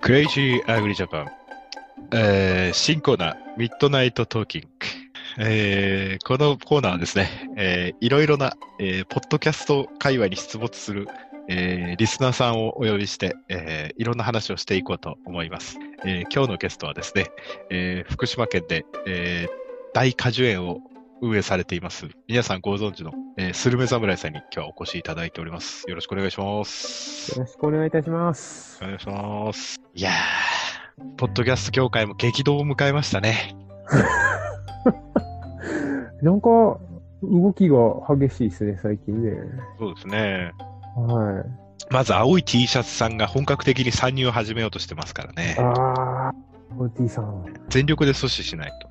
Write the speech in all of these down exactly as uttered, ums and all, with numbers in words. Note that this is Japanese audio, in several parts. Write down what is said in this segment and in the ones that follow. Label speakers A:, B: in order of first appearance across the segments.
A: クレイジーアグリジャパン、えー新コーナー、ミッドナイトトーキング。えーこのコーナーはですね、えーいろいろな、えーポッドキャスト界隈に出没する、えーリスナーさんをお呼びして、えーいろんな話をしていこうと思います。えー今日のゲストはですね、えー福島県で、えー大果樹園を運営されています。皆さんご存知の、えースルメ侍さんに今日はお越しいただいております。よろしくお願いします。
B: よろしくお願いいたします。
A: お願いします。いやー、ポッドキャスト業界も激動を迎えましたね。
B: なんか、動きが激しいですね、最近ね。
A: そうですね。
B: は
A: まず青い T シャツさんが本格的に参入を始めようとしてますから
B: い。
A: ね。
B: あー、オーティーさん。
A: 全力で阻止しないと。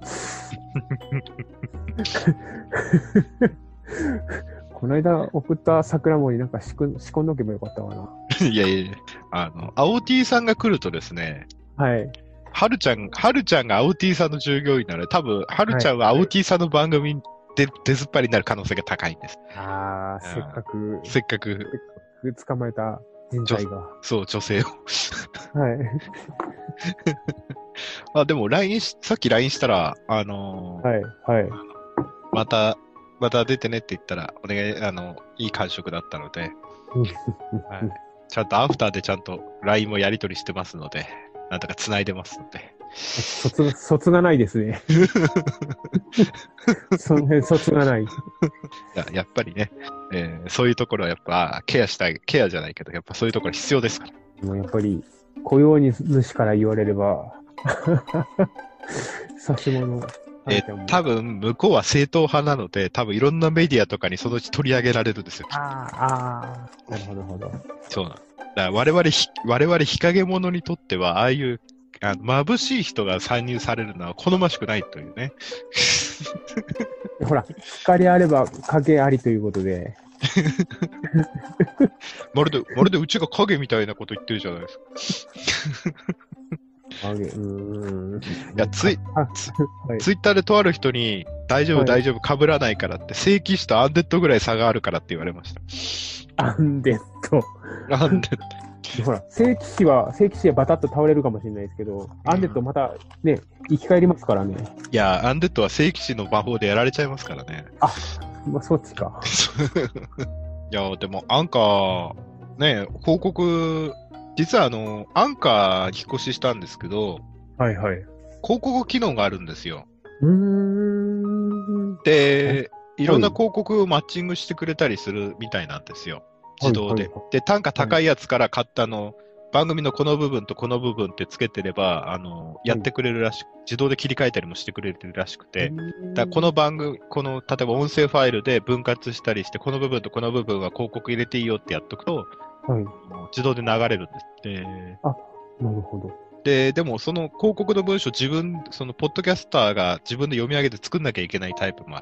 B: この間送った桜もになんか仕組仕込んどけばよかったかな。
A: いやいや、あの、青 T さんが来るとですね、
B: はい。
A: はるちゃん、はるちゃんが青 T さんの従業員なので、多分、はるちゃんは青 T さんの番組で出ずっぱりになる可能性が高いんです。
B: あー、せっかく、
A: せっかく、
B: せっかく捕まえた人材が。
A: そう、女性を。
B: はい。
A: あ、でも、ラインし、さっき ライン したら、あのー
B: はい、はい。
A: また、また出てねって言ったら、お願い、あの、いい感触だったので、はい、ちゃんとアフターでちゃんと ライン もやり取りしてますので、なんとか繋いでますので。
B: 卒、卒がないですね。その辺卒がない。
A: いや、やっぱりね、えーそういうところはやっぱ、ケアしたい、ケアじゃないけど、やっぱそういうところ必要ですから。
B: もうやっぱり、雇用主から言われれば、差し物。
A: えー多分、向こうは正統派なので、多分いろんなメディアとかにそのうち取り上げられるんですよ。
B: ああ、ああ、なるほど、なるほど。
A: そうなんだ。から我々ひ、我々日陰者にとっては、ああいうあの眩しい人が参入されるのは好ましくないというね。
B: ほら、光あれば影ありということで。
A: まるで、まるでうちが影みたいなこと言ってるじゃないですか。
B: 影、うーん。
A: いや、ツイ、ツ
B: はい、
A: ツイッターでとある人に、大丈夫、
B: はい、
A: 大丈夫、被らないからって、正規種とアンデッドぐらい差があるからって言われました。
B: アンデッド。
A: アンデッド。
B: ほら、正規種は、正規種はバタッと倒れるかもしれないですけど、うん、アンデッドまたね、生き返りますからね。
A: いや、アンデッドは正規種の魔法でやられちゃいますからね。
B: あ、まあ、そっちか。
A: いや、でも、アンカー、ね、広告、実はあの、アンカー引っ越ししたんですけど、
B: はいはい。
A: 広告機能があるんですよ。
B: うーん。
A: で、いろんな広告をマッチングしてくれたりするみたいなんですよ。自動で。はいはいはい、で、単価高いやつから買ったの、はい、番組のこの部分とこの部分ってつけてれば、あの、やってくれるらしく、はい、自動で切り替えたりもしてくれるらしくて、だからこの番組、この、例えば音声ファイルで分割したりして、この部分とこの部分は広告入れていいよってやっとくと、はい、自動で流れるんです。で、
B: あ、なるほど。
A: で、でもその広告の文章自分、そのポッドキャスターが自分で読み上げて作んなきゃいけないタイプもあって、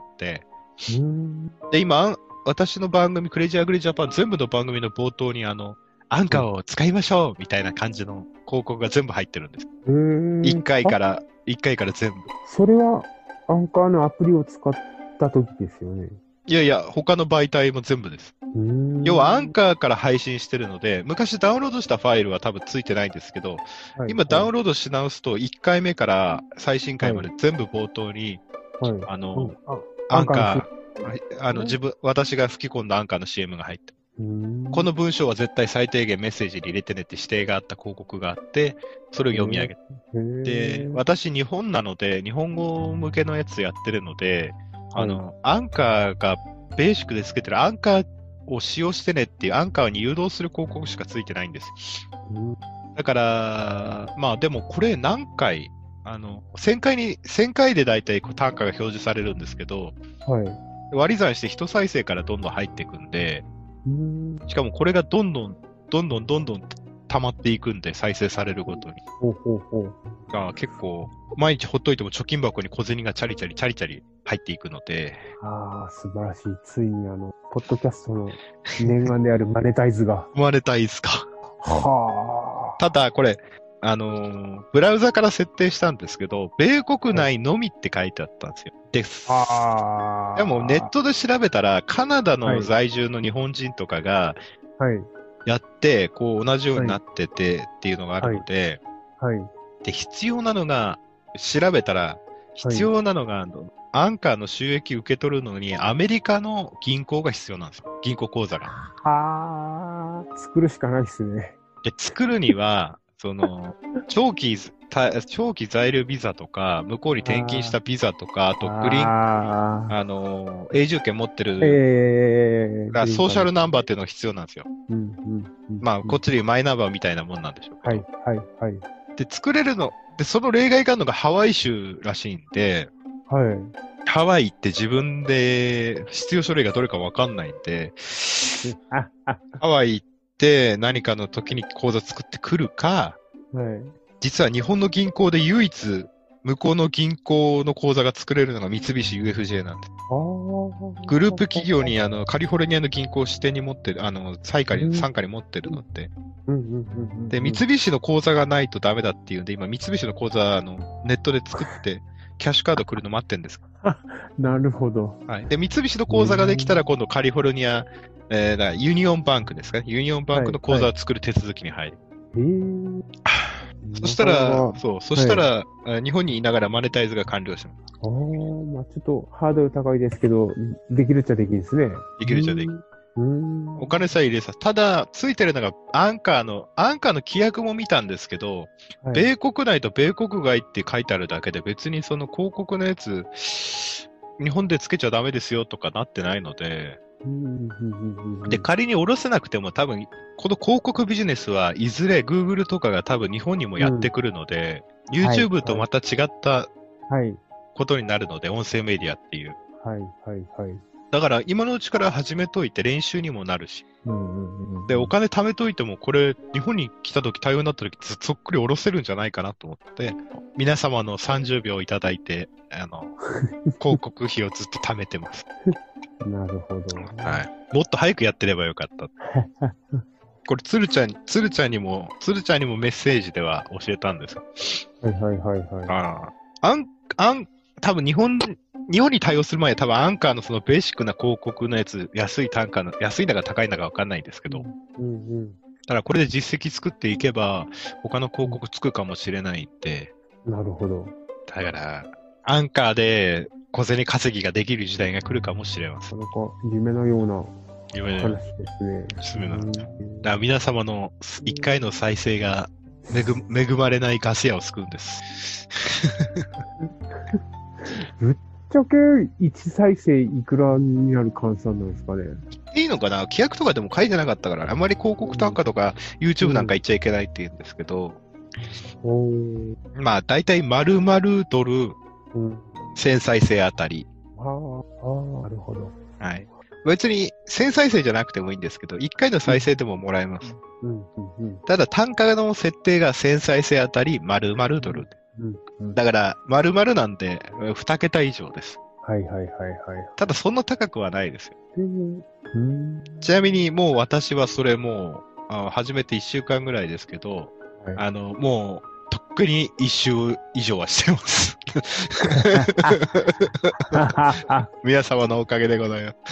B: うん
A: で、今、私の番組、クレイジーアグリジャパン全部の番組の冒頭にあの、アンカーを使いましょうみたいな感じの広告が全部入ってるんです。いっかいから、いっかいから全部。
B: それはアンカーのアプリを使った時ですよね。
A: いやいや、他の媒体も全部です。要はアンカーから配信してるので、昔ダウンロードしたファイルは多分ついてないんですけど、はい、今ダウンロードし直すといっかいめから最新回まで全部冒頭に、はい、あの、うん、アンカー、あの自分、私が吹き込んだアンカーの シーエム が入って、この文章は絶対最低限メッセージに入れてねって指定があった広告があって、それを読み上げて。で、私日本なので、日本語向けのやつやってるので、あの、アンカーがベーシックでつけてるアンカーを使用してねっていうアンカーに誘導する広告しかついてないんです。だから、まあでもこれ何回、あの、せんかいに、せんかいでだいたい単価が表示されるんですけど、はい、割り算して一再生からどんどん入っていくんで、しかもこれがどんどん、どんどんどんどん溜まっていくんで、再生されるごとに。
B: ほうほうほう。
A: が結構、毎日ほっといても貯金箱に小銭がチャリチャリチャリチャリ入っていくので。
B: ああ、素晴らしい。ついにあの、ポッドキャストの念願であるマネタイズが。
A: マネタイズか。はあ。ただ、これ、あのー、ブラウザから設定したんですけど、米国内のみって書いてあったんですよ。です。
B: ああ。
A: でもネットで調べたら、カナダの在住の日本人とかが、
B: はい。
A: やって、こう同じようになっててっていうのがあるので、
B: はい。
A: で、必要なのが、調べたら、必要なのが、あの、アンカーの収益受け取るのに、アメリカの銀行が必要なんですよ。銀行口座が。
B: はあ、作るしかないっすね。
A: で、作るには、その、長期、長期在留ビザとか、向こうに転勤したビザとか、あとグリーン、あ、あの、永住権持ってる、えー、ソーシャルナンバーっていうのが必要なんですよ。うんうんうん、まあ、こっちでいうマイナンバーみたいなもんなんでしょうけど。はい、はい、はい。で、作れるの、で、その例外があるのがハワイ州らしいんで、はい。ハワイって自分で必要書類がどれかわかんないんで、ハワイって何かの時に口座作ってくるか、はい。実は日本の銀行で唯一、向こうの銀行の口座が作れるのが三菱 ユーエフジェー なんです。グループ企業に、あの、カリフォルニアの銀行を支店に持ってる、あの、傘下に、傘下に持ってるので。で、三菱の口座がないとダメだっていうんで、今、三菱の口座、あの、ネットで作って、キャッシュカード来るの待ってるんです。
B: なるほど。
A: はい。で、三菱の口座ができたら、今度カリフォルニア、えー、だユニオンバンクですかね。ユニオンバンクの口座を作る手続きに入る。へ、はいはい、そしたら、そう、そしたら、はい、日本にいながらマネタイズが完了します。
B: ああ、まあちょっとハードル高いですけど、できるっちゃできるですね。
A: できるっちゃできる。お金さえ入れさ、ただ、ついてるのがアンカーの、アンカーの規約も見たんですけど、はい、米国内と米国外って書いてあるだけで、別にその広告のやつ、日本でつけちゃダメですよとかなってないので、で、仮に下ろせなくても多分、この広告ビジネスはいずれ Google とかが多分日本にもやってくるので、うん、YouTube とまた違ったことになるので、はい、音声メディアっていう。はい、はい、はい。だから今のうちから始めといて練習にもなるし。うんうんうん、で、お金貯めといてもこれ日本に来た時対応になった時そっくり下ろせるんじゃないかなと思って、皆様のさんじゅうびょういただいて、あの、広告費をずっと貯めてます。
B: なるほど。
A: はい。もっと早くやってればよかった。これ、つるちゃん、つるちゃんにも、つるちゃんにもメッセージでは教えたんですよ。
B: はいはいはいはい。
A: ああ。あん、あん、多分日本、日本に対応する前は多分アンカーのそのベーシックな広告のやつ、安い単価の、安いんだか高いんだかわかんないんですけど。うんうんうん。ただこれで実績作っていけば、他の広告つくかもしれないんで。
B: なるほど。
A: だから、アンカーで小銭稼ぎができる時代が来るかもしれません。
B: なんか夢のような話ですね。
A: 夢の。だから皆様のいっかいの再生が恵恵まれないガス屋を救うんです。
B: ぶっちゃけいち再生いくらになる換算なんですかね。
A: いいのかな、規約とかでも書いてなかったから、あんまり広告単価とか、うん、YouTube なんか言っちゃいけないって言うんですけど、うん、まあ大体丸々ドル、うん、せん再生あたり。
B: ああ、なるほど。
A: はい。別にせん再生じゃなくてもいいんですけど、いっかいの再生でももらえます。うんうんうん、ただ単価の設定がせん再生あたり丸々ドル。うんうん、だから、丸々なんでに桁以上です。
B: はいはいはいはい。
A: ただそんな高くはないですよ。うんうん、ちなみにもう私はそれもう、あ始めていっしゅうかんぐらいですけど、はい、あの、もう、とっくにいっ週以上はしてます。皆様のおかげでございます。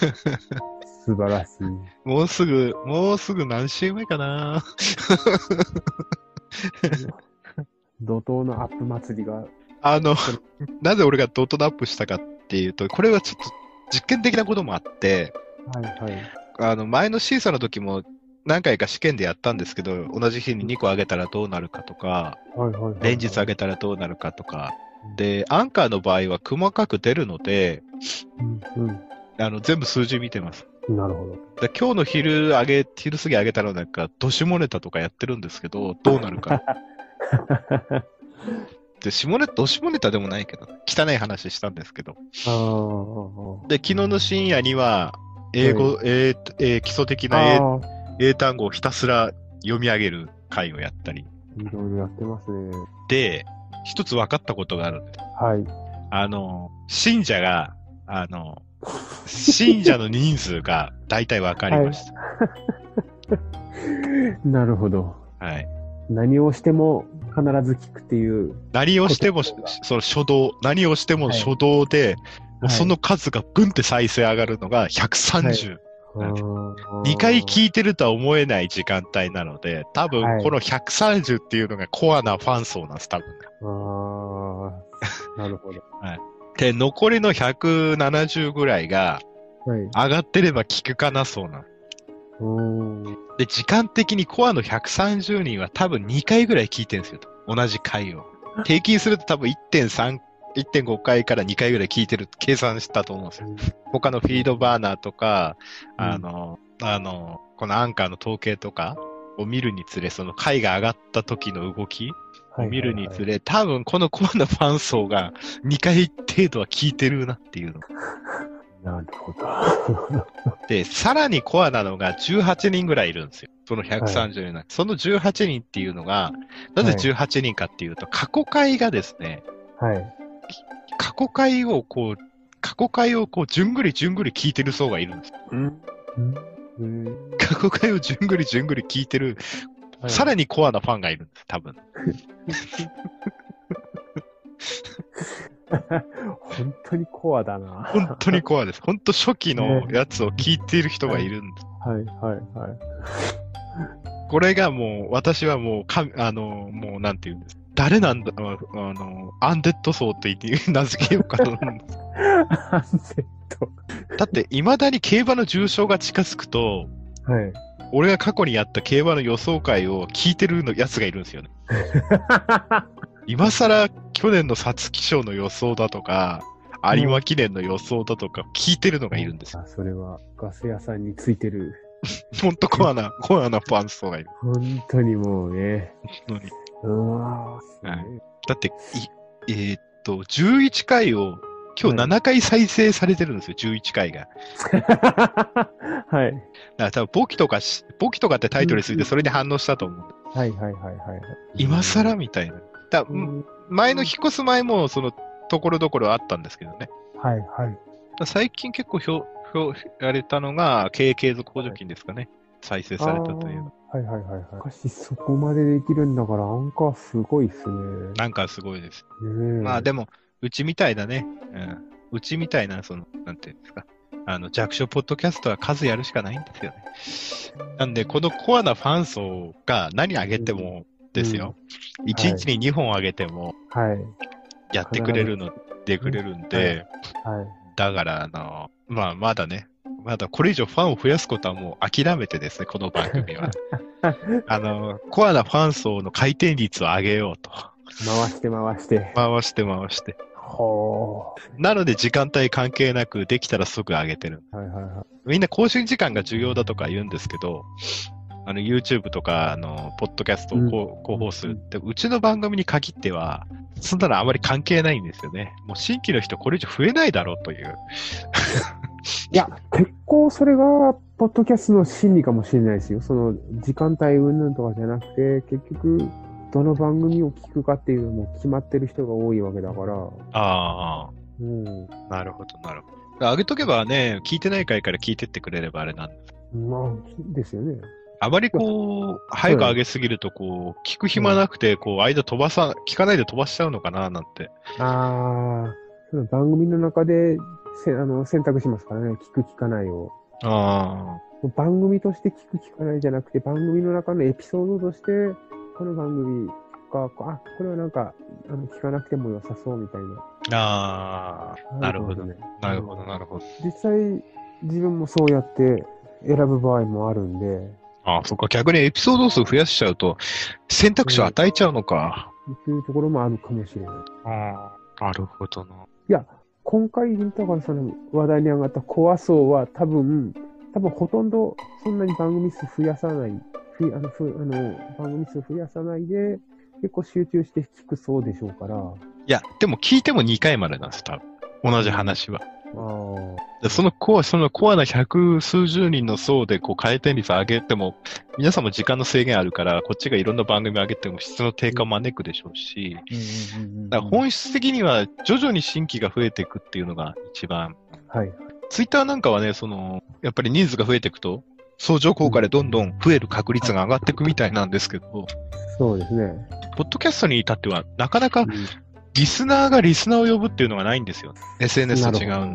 B: 素晴らしい。
A: もうすぐ、もうすぐ何週目かな。
B: 怒涛のアップ祭りが。
A: あの、なぜ俺が怒涛のアップしたかっていうと、これはちょっと実験的なこともあって、はいはい。あの、前のシーサーの時も何回か試験でやったんですけど、同じ日ににこ上げたらどうなるかとか、はいはいはいはい、連日上げたらどうなるかとか、で、アンカーの場合は細かく出るので、うんうん、あの全部数字見てます。
B: なるほど。
A: で今日の昼上げ、昼過ぎ上げたらなんか、ど下ネタとかやってるんですけど、どうなるか。で、下ネタ、ど下ネタでもないけど、汚い話したんですけど。で、昨日の深夜には、英語、はい、えーえー、基礎的な英英単語をひたすら読み上げる会をやったり。
B: いろいろやってますね。
A: で、一つ分かったことがあるんです。
B: はい。
A: あの、信者が、あの、信者の人数が大体分かりました。
B: はい、なるほど。
A: はい。
B: 何をしても必ず聞くっていう。
A: 何をしても、その初動、何をしても初動で、はい、もうその数がブンって再生上がるのがひゃくさんじゅう。 にかい聞いてるとは思えない時間帯なので、多分このひゃくさんじゅうっていうのがコアなファン層なんです、多分。
B: ああ、なるほど。
A: はい。で、残りのひゃくななじゅうぐらいが、上がってれば聞くかなそうな。で、時間的にコアのひゃくさんじゅうにんは多分にかいぐらい聞いてるんですよ。同じ回を。平均すると多分 いってんさん、いってんご 回からにかいぐらい聞いてる計算したと思うんですよ。他のフィードバーナーとか、あの、うん、あの、このアンカーの統計とかを見るにつれ、その回が上がった時の動きを見るにつれ、はいはいはい、多分このコアなファン層がにかい程度は聞いてるなっていうの。
B: なるほど。
A: で、さらにコアなのがじゅうはちにんぐらいいるんですよ。そのひゃくさんじゅうにん、はい、そのじゅうはちにんっていうのが、なぜじゅうはちにんかっていうと、過去回がですね、はい。過去回をこう、過去回をこう、じゅんぐりじゅんぐり聞いてる層がいるんです。うんうん、過去回をじゅんぐりじゅんぐり聞いてる、はい、さらにコアなファンがいるんです、多分。
B: 本当にコアだな。
A: 本当にコアです。本当初期のやつを聞いている人がいるんです。
B: はい、はい、はい。
A: これがもう、私はもう、かあの、もうなんて言うんです。誰なんだ、あの、アンデッド層って言って名付けようかと思うんです。
B: アンデッド。
A: だって、未だに競馬の重賞が近づくと、はい。俺が過去にやった競馬の予想会を聞いてるのやつがいるんですよね。今更去年の皐月賞の予想だとか、有馬記念の予想だとか聞いてるのがいるんですよ。
B: あ、それはガス屋さんについてる。
A: ほんとコアな、コアなファン層がいる。
B: 本当にもうね。
A: 本当に。
B: うわ
A: はい、だって、い、えー、っと、じゅういっかいを、今日ななかい再生されてるんですよ、じゅういっかいが。
B: はい。
A: だから多分、簿記とか、簿記とかってタイトルについてそれに反応したと思う。
B: はいはいはいはい。
A: 今更みたいな。だ前の引っ越す前も、その、ところどころあったんですけどね。
B: はいはい。
A: 最近結構ひょ、ひょ、やれたのが、経営継続補助金ですかね。はい、再生されたという。
B: はいはいはいはい。しかし、そこまでできるんだから、アンカーすごいっすね。
A: アンカーすごいです。まあでも、うちみたいだね。うん。うちみたいな、その、なんていうんですか。あの、弱小ポッドキャストは数やるしかないんですよね。なんで、このコアなファン層が何上げてもですよ。うん、いちにちににほん上げても、はい。やってくれるの、でくれるんで、はい。はい、だから、あの、まあ、まだね、まだこれ以上ファンを増やすことはもう諦めてですね、この番組は。あの、コアなファン層の回転率を上げようと。
B: 回して回して。
A: 回して回して。
B: ほ
A: ー。なので時間帯関係なくできたらすぐ上げてる。はいはいはい。みんな更新時間が重要だとか言うんですけど、あの YouTube とか、あの、ポッドキャストをこう広報するって、うちの番組に限っては、そんなのあまり関係ないんですよね。もう新規の人これ以上増えないだろうという。
B: いや、結構それが、ポッドキャストの真理かもしれないですよ。その、時間帯云々とかじゃなくて、結局、どの番組を聞くかっていうのも決まってる人が多いわけだから。
A: ああ。
B: うん。
A: なるほど、なるほど。上げとけばね、聞いてない回から聞いてってくれればあれなんです。
B: まあ、ですよね。
A: あまりこう、早く上げすぎると、こう、聞く暇なくて、こう、間飛ばさ、聞かないで飛ばしちゃうのかな、なんて。
B: ああ、その番組の中で、せあの選択しますからね、聞く聞かないを。
A: あ
B: あ。番組として聞く聞かないじゃなくて、番組の中のエピソードとして、この番組が、あ、これはなんか、あの聞かなくても良さそうみたいな。
A: ああ、なるほどね。なるほど、なるほど。
B: 実際、自分もそうやって選ぶ場合もあるんで。
A: ああ、そっか。逆にエピソード数増やしちゃうと、選択肢を与えちゃうのか。
B: っていうところもあるかもしれない。
A: ああ、なるほどな。い
B: や、今回、だからその話題に上がったコア層は多分、多分ほとんどそんなに番組数増やさない、ふあのふあの番組数増やさないで、結構集中して聞く層でしょうから。
A: いや、でも聞いてもにかいまでなんです、多分。同じ話は。あそのコア、そのコアな百数十人の層でこう回転率上げても、皆さんも時間の制限あるから、こっちがいろんな番組上げても質の低下を招くでしょうし、だから本質的には徐々に新規が増えていくっていうのが一番。はい。ツイッターなんかはね、その、やっぱり人数が増えていくと、相乗効果でどんどん増える確率が上がっていくみたいなんですけど、
B: そうですね。
A: ポッドキャストに至っては、なかなかリスナーがリスナーを呼ぶっていうのがないんですよ。エスエヌエス と違うんで。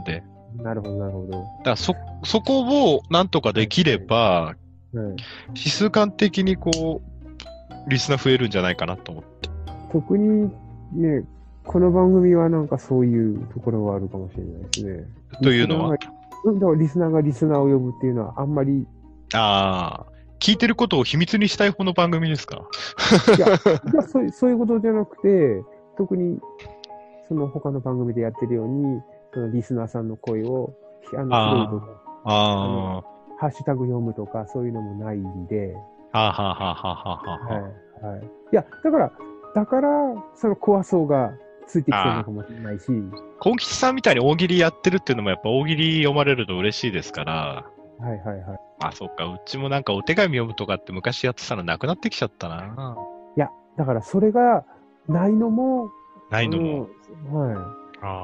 B: なるほど、なるほど。
A: だからそ、そこをなんとかできれば、
B: はい、
A: 指数間的にこう、リスナー増えるんじゃないかなと思って。
B: 特にね、この番組はなんかそういうところがあるかもしれないですね。
A: というのは？
B: だからリスナーがリスナーを呼ぶっていうのはあんまり。
A: ああ、聞いてることを秘密にしたい方の番組ですか？
B: いや、いやそう、そういうことじゃなくて、特にその他の番組でやってるように、そのリスナーさんの声を、あの、
A: あ
B: 広いとか、
A: あ
B: ハッシュタグ読むとか、そういうのもないんで。
A: はあ、はあはあはあはあ、
B: はい、はい。いや、だから、だから、その怖そうがついてきてるのかもしれないし。
A: 幸吉さんみたいに大喜利やってるっていうのもやっぱ大喜利読まれると嬉しいですから。
B: はいはいはい。
A: あ、そっか。うちもなんかお手紙読むとかって昔やってたのなくなってきちゃったな。
B: いや、だからそれがないのも、
A: ないのも。
B: はい。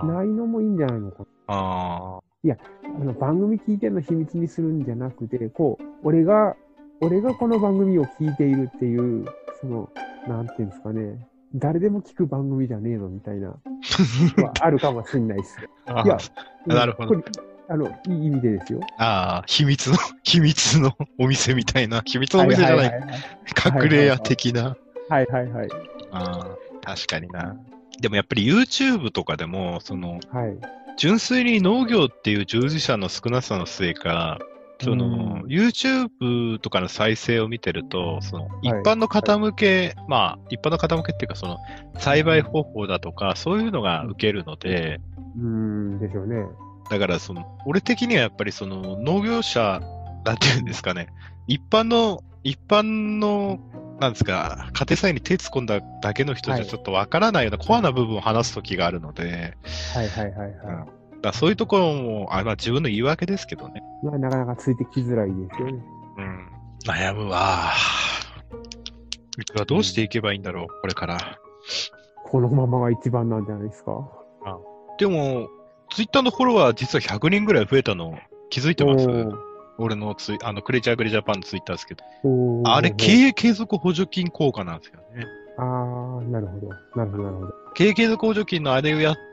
B: ないのもいいんじゃないのか。
A: ああ。
B: いや、あの番組聞いてるの秘密にするんじゃなくて、こう、俺が、俺がこの番組を聞いているっていう、その、なんていうんですかね、誰でも聞く番組じゃねえのみたいな、はあるかもしれないです。いや、
A: なるほど。
B: あの、いい意味でですよ。
A: ああ、秘密の、秘密のお店みたいな、秘密のお店じゃない。隠れ家的な。
B: はいはいはい。
A: ああ、確かにな。でもやっぱり YouTube とかでも、その、
B: はい、
A: 純粋に農業っていう従事者の少なさのせいか、その、YouTube とかの再生を見てると、その、一般の方向け、はい、まあ、一般の方向けっていうか、その、栽培方法だとか、そういうのが受けるので、
B: うーん、でしょうね。
A: だから、その、俺的にはやっぱりその、農業者、なんていうんですかね、一般の、一般の、なんですか、家庭菜園に手突っ込んだだけの人じゃちょっとわからないようなコアな部分を話すときがあるので、
B: はいはいはいはい。
A: うんだそういうところも、あまあ、自分の言い訳ですけどね。
B: まあ、なかなかついてきづらいですよね。
A: うん。悩むわ。うちはどうしていけばいいんだろう、これから。
B: このままが一番なんじゃないですか。
A: あでも、ツイッターのフォロワー実はひゃくにんぐらい増えたの気づいてます？俺のツイあのクレイチャーグリジャパンのツイッターですけど。あれ、経営継続補助金効果なんですよね。
B: ああ、なるほど。なるほど、なるほど。
A: 経営継続補助金のあれをやって、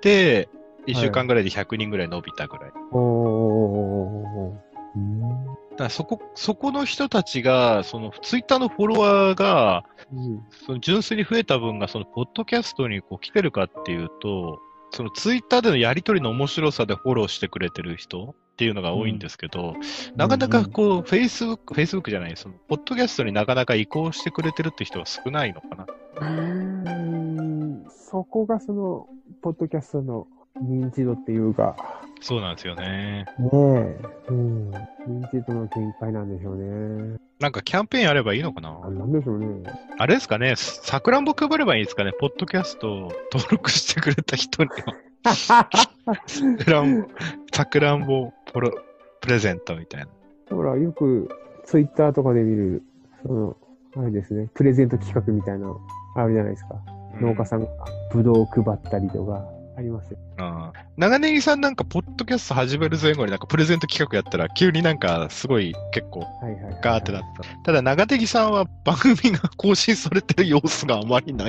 A: いっしゅうかんぐらいでひゃくにんぐらい伸びたぐらい。はい、おー。だからそこ、そこの人たちが、そのツイッターのフォロワーが、うん、その純粋に増えた分が、そのポッドキャストにこう来てるかっていうと、そのツイッターでのやりとりの面白さでフォローしてくれてる人っていうのが多いんですけど、うん、なかなかこう、フェイスブック、フェイスブックじゃない、その、ポッドキャストになかなか移行してくれてるって人は少ないのかな。
B: うーん、そこがその、ポッドキャストの認知度っていうか。
A: そうなんですよね。
B: ねえ。うん。認知度の限界なんでしょうね。
A: なんかキャンペーンやればいいのかな？
B: あ、なんでしょうね。
A: あれですかね、さくらんぼ配ればいいですかね、ポッドキャストを登録してくれた人には。さくらんぼ、さくらんぼプロプレゼントみたいな。
B: ほら、よくツイッターとかで見る、その、あれですね、プレゼント企画みたいなのあるじゃないですか。うん、農家さんがブドウを配ったりとか。ありますよ。
A: ああ。長ネギさんなんか、ポッドキャスト始める前後になんかプレゼント企画やったら、急になんか、すごい結構、ガーってなった。ただ、長ネギさんは番組が更新されてる様子があまりない。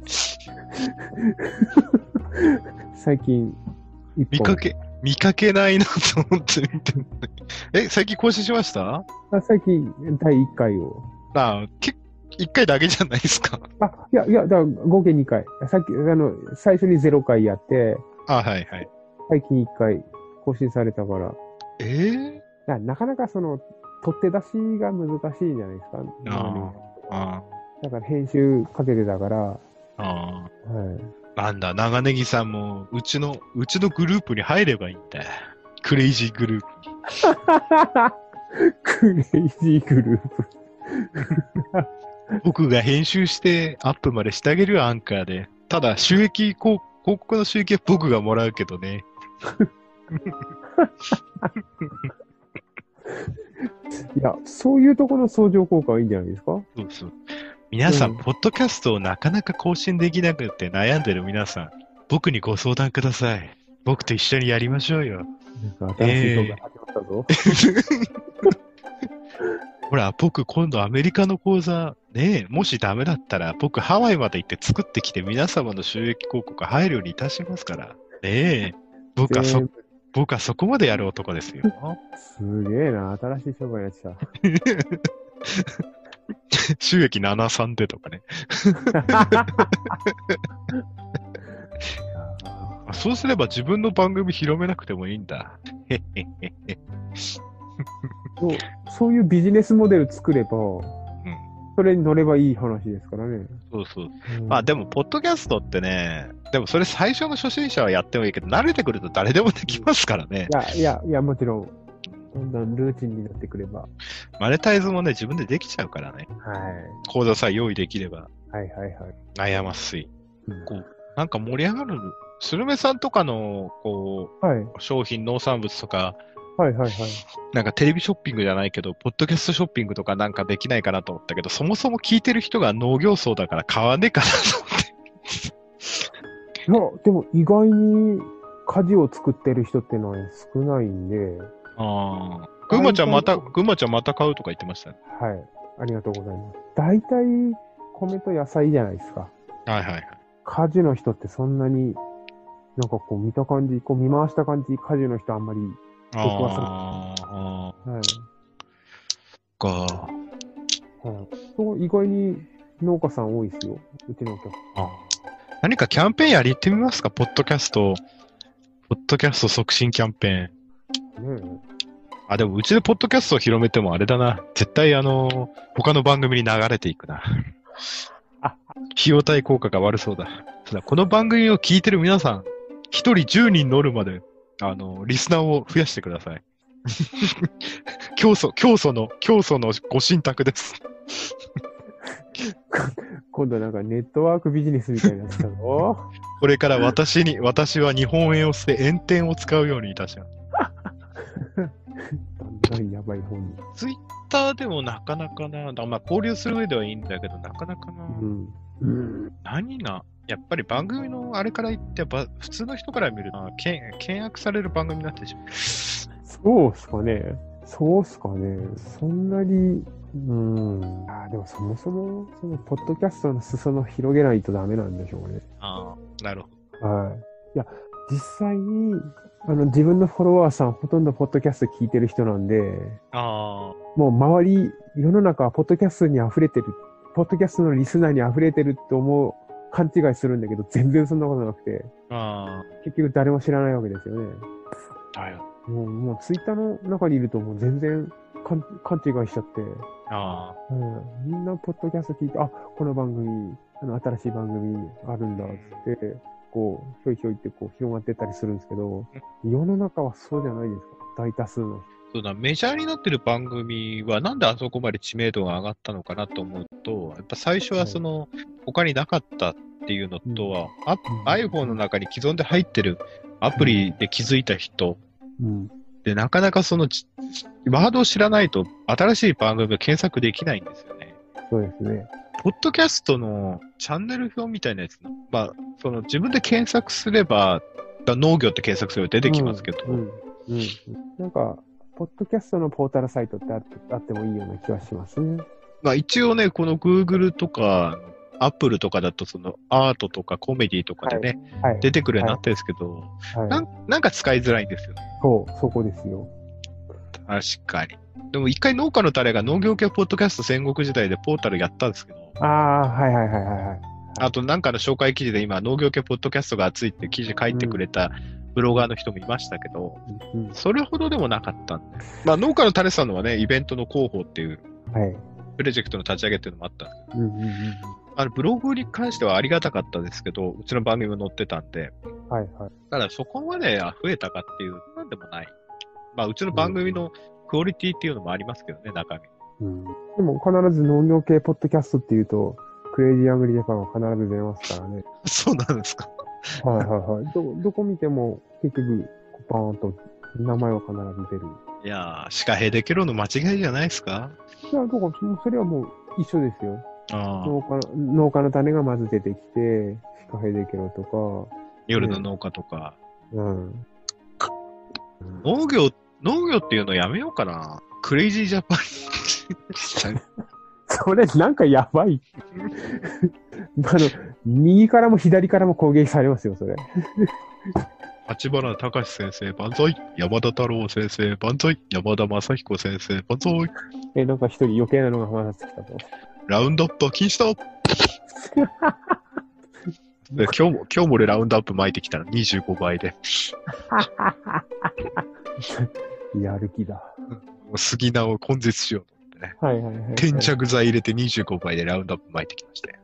B: 最近、
A: 見かけ、見かけないなと思って見てる。え、最近更新しました？
B: あ、最近、だいいっかいを。
A: ああ、結構、いっかいだけじゃないですか。
B: あ、いや、いや、だから合計にかい。さっき、あの、最初にゼロかいやって、
A: あ、はいはい。
B: 最近いっかい更新されたから。
A: ええ
B: ー、なかなかその、取って出しが難しいじゃないですか。
A: ああ。
B: だから編集かけてたから。
A: ああ。はい。なんだ、長ネギさんも、うちの、うちのグループに入ればいいんだ。クレイジーグループに。
B: クレイジーグループ。
A: 僕が編集してアップまでしてあげるよ、アンカーで。ただ、収益、広告の収益は僕がもらうけどね。
B: いや、そういうところの相乗効果はいいんじゃないですか？
A: そうそう。皆さん、うん、ポッドキャストをなかなか更新できなくて悩んでる皆さん、僕にご相談ください。僕と一緒にやりましょうよ。
B: なんか新しい動画始まったぞ。えー
A: ほら、僕今度アメリカの講座、ねえ、もしダメだったら、僕ハワイまで行って作ってきて皆様の収益広告入るようにいたしますから。ねえ、僕はそ、 僕はそこまでやる男ですよ。
B: すげえな、新しい商売やってた。
A: 収益ななじゅうさんでとかね。そうすれば自分の番組広めなくてもいいんだ。
B: そうそういうビジネスモデル作れば、
A: うん、
B: それに乗ればいい話ですからね。
A: そうそう。うん、まあでも、ポッドキャストってね、でもそれ最初の初心者はやってもいいけど、慣れてくると誰でもできますからね。
B: いや、いや、いや、もちろん、どんどんルーチンになってくれば。
A: マネタイズもね、自分でできちゃうからね。
B: はい。
A: 講座さえ用意できれば。
B: はいはいはい。
A: 悩ましい。うん、こう、なんか盛り上がる、スルメさんとかの、こう、はい、商品、農産物とか、
B: はいはいはい。
A: なんかテレビショッピングじゃないけど、ポッドキャストショッピングとかなんかできないかなと思ったけど、そもそも聞いてる人が農業層だから買わねえかなと思って。
B: いや、でも意外に家事を作ってる人ってのは少ないんで。
A: ああ。ぐんまちゃんまた、ぐんまちゃんまた買うとか言ってましたね。
B: はい。ありがとうございます。大体、米と野菜じゃないですか。
A: はいはいはい。
B: 家事の人ってそんなに、なんかこう見た感じ、こう見回した感じ、家事の人あんまり、僕は
A: ああ。はい。か。
B: はい。そう、意外に農家さん多いですよ。うちのお客さん。
A: 何かキャンペーンやりってみますか？ポッドキャスト、ポッドキャスト促進キャンペーン。ねえ。あ、でもうちでポッドキャストを広めてもあれだな。絶対あの、他の番組に流れていくな。あ、費用対効果が悪そうだ。そうだ、この番組を聞いてる皆さん、一人じゅうにん乗るまで、あの、リスナーを増やしてください。競争、競争の、競争のご神託です。
B: 今度なんかネットワークビジネスみたいになってたぞ。
A: これから私に、私は日本円を捨て、円点を使うようにいたします。
B: だんだんやばい方に。
A: ツイッターでもなかなかな、まあ交流する上ではいいんだけど、なかなかな。
B: うんうん、
A: 何が、やっぱり番組のあれから言って、普通の人から見ると、険悪される番組になってしまう。
B: そうっすかね。そうっすかね。そんなに、うん。あでもそもそも、その、ポッドキャストの裾野を広げないとダメなんでしょうね。
A: ああ、なるほ
B: ど。はい。いや、実際に、あの、自分のフォロワーさん、ほとんどポッドキャスト聞いてる人なんで、
A: あ
B: もう周り、世の中はポッドキャストに溢れてる、ポッドキャストのリスナーに溢れてるって思う、勘違いするんだけど、全然そんなことなくて、
A: あ
B: 結局誰も知らないわけですよね。
A: はい。
B: もう、もうツイッターの中にいるともう全然勘違いしちゃって、
A: あ
B: うん、みんなポッドキャスト聞いて、あ、この番組、あの新しい番組あるんだって、こう、ひょいひょいってこう広がってったりするんですけど、世の中はそうじゃないですか、大多数の人。
A: そうだ、メジャーになってる番組はなんであそこまで知名度が上がったのかなと思うと、やっぱ最初はその、はい、他になかったっていうのとは、うん、iPhone の中に既存で入ってるアプリで気づいた人、うん、で、なかなかその、ワードを知らないと新しい番組が検索できないんですよね。
B: そうですね。
A: ポッドキャストのチャンネル表みたいなやつ、まあ、その自分で検索すれば、農業って検索すれば出てきますけど、うんうん
B: うん、なんか、ポッドキャストのポータルサイトってあって、あってもいいような気がしますね。
A: まあ一応ね、この Google とか、Apple とかだとそのアートとかコメディとかでね、はいはい、出てくるようになってるんですけど、はいな、なんか使いづらいんですよ。
B: そう、そこですよ。
A: 確かに。でも一回農家のタレが農業系ポッドキャスト戦国時代でポータルやったんですけど。
B: ああ、はいはいはいはい。
A: あとなんかの紹介記事で今農業系ポッドキャストが熱いって記事書いてくれたブロガーの人もいましたけど、うんうん、それほどでもなかったんで。まあ農家のタレさんのはね、イベントの広報っていう、プロジェクトの立ち上げっていうのもあったんですけど、うんうんうん、あのブログに関してはありがたかったですけど、うちの番組も載ってたんで、
B: はいはい、
A: ただそこまで増えたかっていうなんでもない。まあうちの番組のクオリティっていうのもありますけどね、中身。
B: うん、でも必ず農業系ポッドキャストっていうと、クレイジーアグリジャパンは必ず出ますからね。
A: そうなんですか。
B: はいはいはい。ど、どこ見ても結局、バーンと名前は必ず出る。
A: いやー、シカヘデケロの間違いじゃないですか？
B: いや、だからそれはもう一緒ですよ。あ農家農家の種がまず出てきて、シカヘデケロとか。
A: 夜の農家とか。
B: ね、うん。
A: 農業、農業っていうのやめようかな。クレイジージャパン。
B: それなんかやばい。あの、右からも左からも攻撃されますよ、それ。
A: 立花隆先生、万歳。山田太郎先生、万歳。山田正彦先生、万歳。
B: え、なんか一人余計なのが話してきたと。
A: ラウンドアップは禁止だで今日も、今日も俺ラウンドアップ巻いてきたらにじゅうごばいで。
B: やる気だ。
A: もう杉菜を根絶しようと思ってね。
B: はいはいはい、はい。
A: 転着剤入れてにじゅうごばいでラウンドアップ巻いてきましたよ。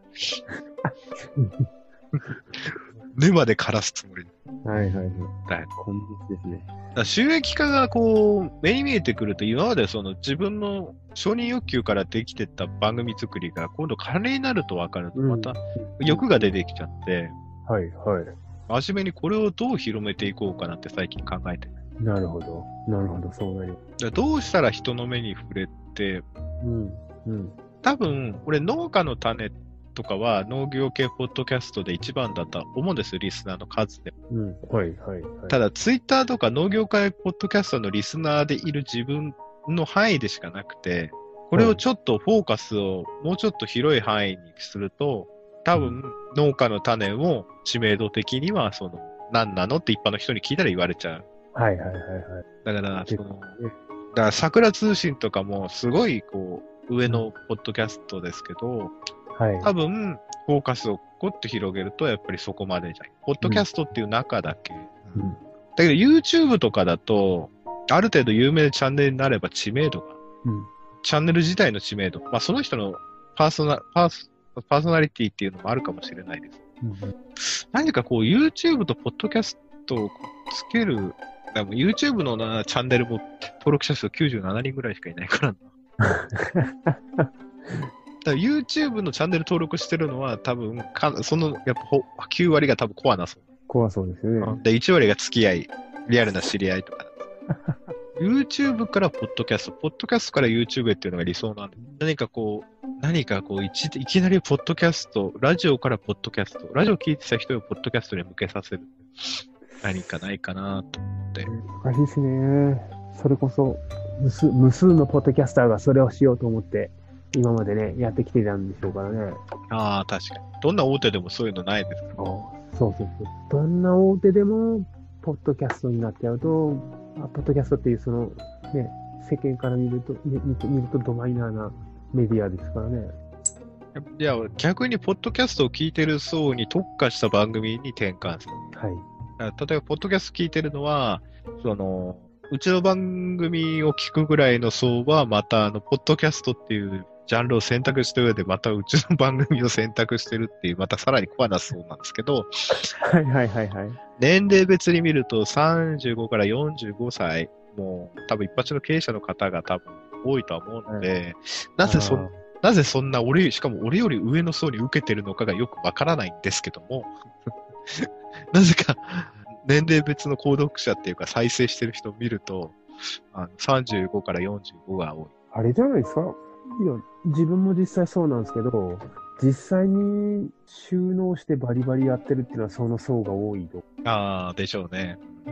A: 根まで枯らすつもり。
B: はいはいはい。
A: はい。
B: 根絶ですね。
A: だから収益化がこう、目に見えてくると、今までその自分の承認欲求からできてた番組作りが、今度金になると分かると、また欲が出てきちゃって、
B: うん、はいはい。
A: 真面目にこれをどう広めていこうかなって最近考えてる。
B: なるほど。なるほど、そうなり。
A: どうしたら人の目に触れて、
B: うんうん、
A: 多分、俺農家の種とかは農業系ポッドキャストで一番だと思うんですよ、リスナーの数で。
B: うん、はいはいはい。
A: ただ、ツイッターとか農業界ポッドキャストのリスナーでいる自分の範囲でしかなくて、これをちょっとフォーカスをもうちょっと広い範囲にすると、多分、農家の種を知名度的には、その、何なのって一般の人に聞いたら言われちゃう。
B: はいはいはいはい。
A: だから、その、だから桜通信とかもすごい、こう、上のポッドキャストですけど、
B: はい、
A: 多分、フォーカスをこって広げると、やっぱりそこまでじゃない。ポッドキャストっていう中だけ。うん、だけど、YouTube とかだと、ある程度有名なチャンネルになれば知名度が、うん、チャンネル自体の知名度、まあ、その人のパーソナ、パース、パーソナリティっていうのもあるかもしれないです。うん、何かこう、YouTube とポッドキャストをつける、でも YouTube のなチャンネルも登録者数きゅうじゅうななにんぐらいしかいないからな。だ YouTube のチャンネル登録してるのは多分か、そのやっぱきゅうわりが多分コアなそう。
B: コアそうですよね。
A: で、いちわりが付き合い、リアルな知り合いとか。YouTube からポッドキャスト、ポッドキャストから YouTube っていうのが理想なんで、何かこう、何かこういち、いきなりポッドキャスト、ラジオからポッドキャスト、ラジオ聞いてた人をポッドキャストに向けさせる。何かないかなと思って。
B: 難しいですね。それこそ無数、無数のポッドキャスターがそれをしようと思って、今までね、やってきてたんでしょうからね。
A: ああ、確かに。どんな大手でもそういうのないですか？
B: そうそうそう。どんな大手でも、ポッドキャストになっちゃうと、ポッドキャストっていうその、ね、世間から見ると、見見るとドマイナーなメディアですからね。
A: いや、逆にポッドキャストを聞いてる層に特化した番組に転換する。はい。例えば、ポッドキャスト聞いてるのは、その、うちの番組を聞くぐらいの層は、また、あの、ポッドキャストっていうジャンルを選択した上で、またうちの番組を選択してるっていう、またさらにコアな層なんですけど、
B: はいはいはいはい。
A: 年齢別に見ると、さんじゅうごからよんじゅうごさい、もう、多分一発の経営者の方が多分多いとは思うので、はい、なぜそん、なぜそんな俺、しかも俺より上の層に受けてるのかがよくわからないんですけども、なぜか、年齢別の購読者っていうか再生してる人を見ると、あのさんじゅうごからよんじゅうごが多い。
B: あれじゃないですか？いや、自分も実際そうなんですけど、実際に収納してバリバリやってるっていうのはその層が多いと。
A: ああ、でしょうね。
B: うん。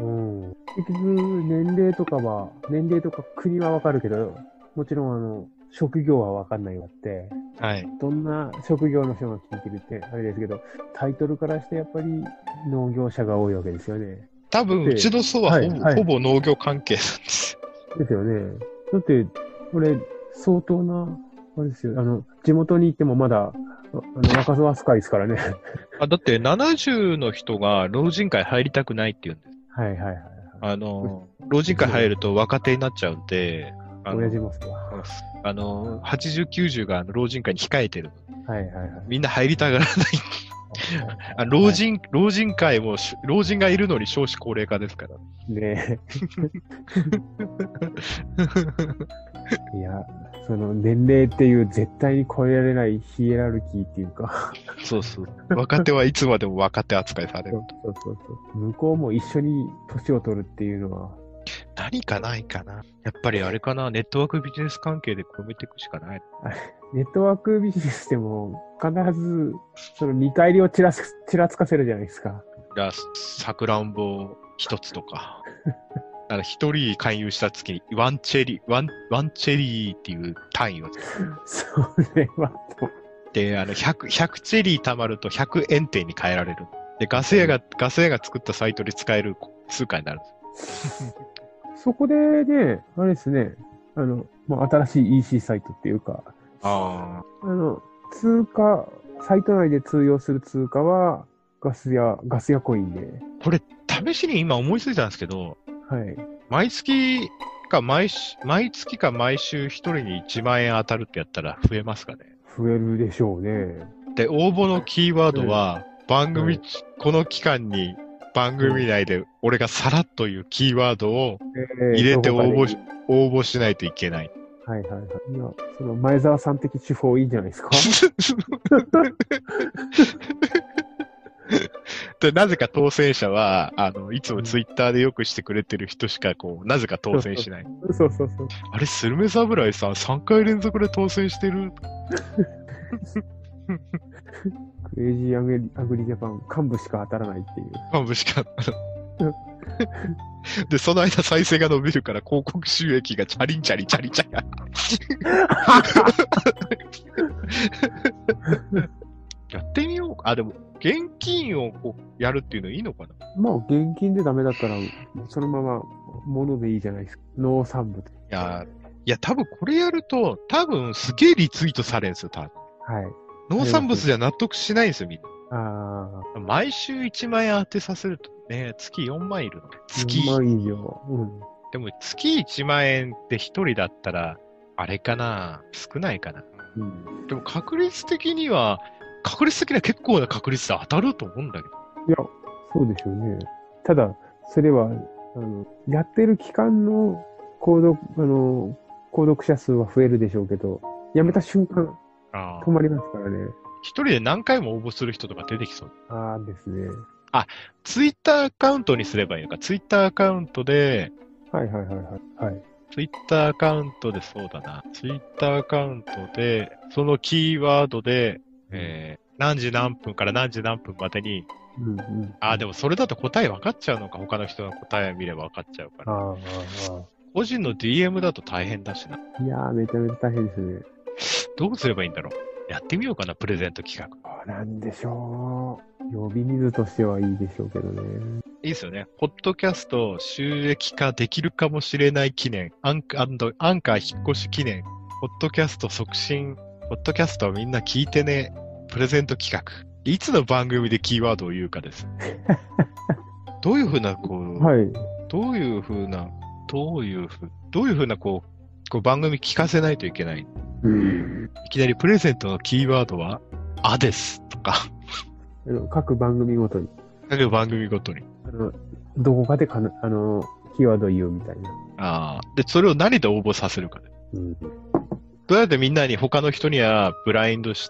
B: 結局、年齢とかは、年齢とか国はわかるけど、もちろんあの、職業はわかんないわって、はい。どんな職業の人が聞いてるって、あれですけど、タイトルからしてやっぱり農業者が多いわけですよね。
A: 多分、うちの層はほぼ、はいはい、ほぼ農業関係なんです
B: よ。ですよね。だって、これ、相当な、あれですよ、あの、地元に行ってもまだ、あの、若造扱いですからね。
A: あ、だって、ななじゅうの人が老人会入りたくないって言うんです。
B: はいはいはい、はい。
A: あの、老人会入ると若手になっちゃうんで、
B: 親父もそうだ。
A: あの、はちじゅう、きゅうじゅうが老人会に控えてる。
B: はいはいはい。
A: みんな入りたがらない。あ老人、はい、老人会も、老人がいるのに少子高齢化ですから。
B: ねえ。いや、その年齢っていう絶対に超えられないヒエラルキーっていうか。
A: そうそう。若手はいつまでも若手扱いされる。
B: そうそうそう。向こうも一緒に年を取るっていうのは。
A: 何かないかな。やっぱりあれかな。ネットワークビジネス関係で込めていくしかない。
B: ネットワークビジネスでも必ずその見返りをちらつ、ちらつかせるじゃないですか。
A: じゃあ、さくらんぼ一つとか。あの一人勧誘した月にワンチェリー、ワン、ワンチェリーっていう単位を。
B: それはと。
A: で、あの、ひゃく、ひゃくチェリー貯まるとひゃくえんてんに変えられる。で、ガス屋が、ガス屋が作ったサイトで使える通貨になる。
B: そこでね、あれですね、あの、まあ、新しい イーシー サイトっていうか、
A: あ
B: あの、通貨、サイト内で通用する通貨は、ガスや、ガスやコインで。
A: これ、試しに今思いついたんですけど、
B: はい。
A: 毎月か毎週、毎月か毎週一人にいちまん円当たるってやったら増えますかね。
B: 増えるでしょうね。
A: で、応募のキーワードは、番組、この期間に番組内で俺がさらっというキーワードを入れて応募し、応募しないといけない。
B: はいはいはい。いや、その前澤さん的手法いいんじゃないですか。
A: で、なぜか当選者は、あの、いつもツイッターでよくしてくれてる人しか、こう、なぜか当選しない。
B: そうそうそう。
A: あれ、スルメ侍さんさんかい連続で当選してる。
B: クレイジーアグリアグリジャパン、幹部しか当たらないっていう。
A: 幹部しか当たらない。で、その間再生が伸びるから広告収益がチャリンチャリチャリチャリ。やってみようか。あ、でも、現金をこうやるっていうのいいのかな。
B: まあ、現金でダメだったら、そのまま物でいいじゃないですか。農産物。い
A: や、いや、多分これやると、多分すげえリツイートされるんですよ、多分。
B: はい。
A: 農産物じゃ納得しないんですよ、みんな。
B: ああ。
A: 毎週いちまん円当てさせるとね、月よんまんいるの。月。
B: よんまん以上。うん。
A: でも月いちまん円って一人だったら、あれかな、少ないかな。
B: うん。
A: でも確率的には、確率的には結構な確率で当たると思うんだけど。
B: いや、そうでしょうね。ただ、それは、あの、やってる期間の購読、あの、購読者数は増えるでしょうけど、やめた瞬間、
A: あ
B: 止まりますからね。
A: 一人で何回も応募する人とか出てきそう。
B: ああですね。
A: あ、ツイッターアカウントにすればいいのか。ツイッターアカウントで、
B: はいはいはいはい。はい。
A: ツイッターアカウントでそうだな。ツイッターアカウントで、そのキーワードで、えー、何時何分から何時何分までに、
B: うんうん、
A: あ、でもそれだと答え分かっちゃうのか。他の人の答えを見れば分かっちゃうから。
B: ああ、ああ。
A: 個人の ディーエム だと大変だしな。
B: いやー、めちゃめちゃ大変ですね。
A: どうすればいいんだろう。やってみようかな、プレゼント企画。
B: なんでしょう。呼び水としてはいいでしょうけどね。
A: いいですよね。ポッドキャスト収益化できるかもしれない記念。アンカー、アンカー引っ越し記念。ポッドキャスト促進。ポッドキャストはみんな聞いてね。プレゼント企画。いつの番組でキーワードを言うかです。どういうふうな、こう、
B: はい。
A: どういうふうな、どういうふう、どういうふうな、こう、こう番組聞かせないといけない。
B: うん。
A: いきなりプレゼントのキーワードは、あですとか。
B: あの各番組ごとに。
A: 各番組ごとに。
B: あの、どこかでかな、あの、キーワードを言うみたいな。
A: ああ。で、それを何で応募させるかで。
B: うん。
A: どうやってみんなに他の人にはブラインドして、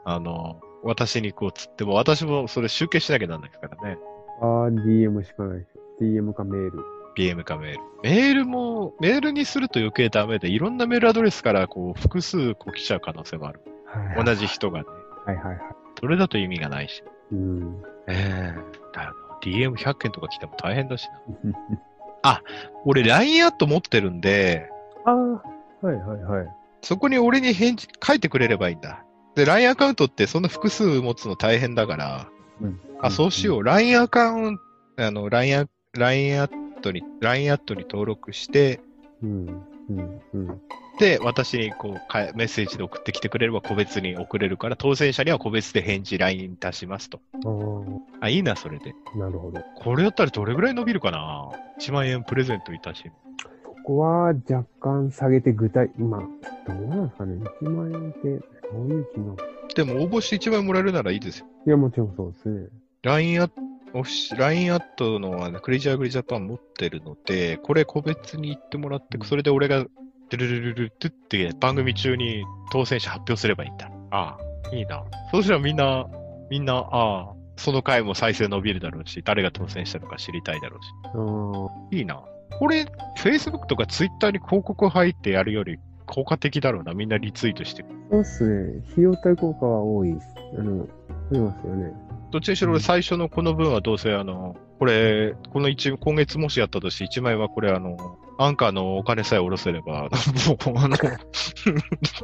A: あの、私にこうつっても、私もそれ集計しなきゃなんないですからね。
B: ああ、ディーエム しかない。ディーエム かメール。
A: ディーエム かメール。メールも、メールにすると余計ダメで、いろんなメールアドレスからこう複数こう来ちゃう可能性もある。
B: はいはい、
A: 同じ人がね。
B: はいはいはい。
A: それだと意味がないし。
B: うん。
A: ええー、だよな。ディーエムひゃっ 件とか来ても大変だしな。あ、俺 ライン アット持ってるんで、
B: ああ、はいはいはい。そ
A: こに俺に返事、書いてくれればいいんだ。で、ライン アカウントってそんな複数持つの大変だから、うん、あ、そうしよう。うん、ライン アカウント、あの、ライン、ライン アットに、ライン アットに登録して、うんうんうん、で、私にこうメッセージで送ってきてくれれば個別に送れるから、当選者には個別で返事 ライン いたしますと。あ、いいな、それで。なるほど。これやったらどれぐらい伸びるかな ?いちまん円プレゼントいたし。
B: そこは若干下げて具体、今、どうなんですかね。いちまん円ってどういう機能？
A: でも応募していちまん円もらえるならいいですよ。
B: いや、もちろんそうですね。
A: ライン アット、ライン アットのあのクレイジーアグリジャパン持ってるので、これ個別に言ってもらって、うん、それで俺が、ドゥルルルルルって番組中に当選者発表すればいいんだ。ああ、いいな。そうしたらみんな、みんな、ああ、その回も再生伸びるだろうし、誰が当選したのか知りたいだろうし。いいな。これ、Facebook とか Twitter に広告入ってやるより効果的だろうな。みんなリツイートしてる。
B: そうっすね。費用対効果は多い。あの、増えますよね。
A: どっちにしろ俺最初のこの分はどうせあの、これ、この一、今月もしやったとしていちまん円はこれあの、アンカーのお金さえ下ろせれば、もうあの、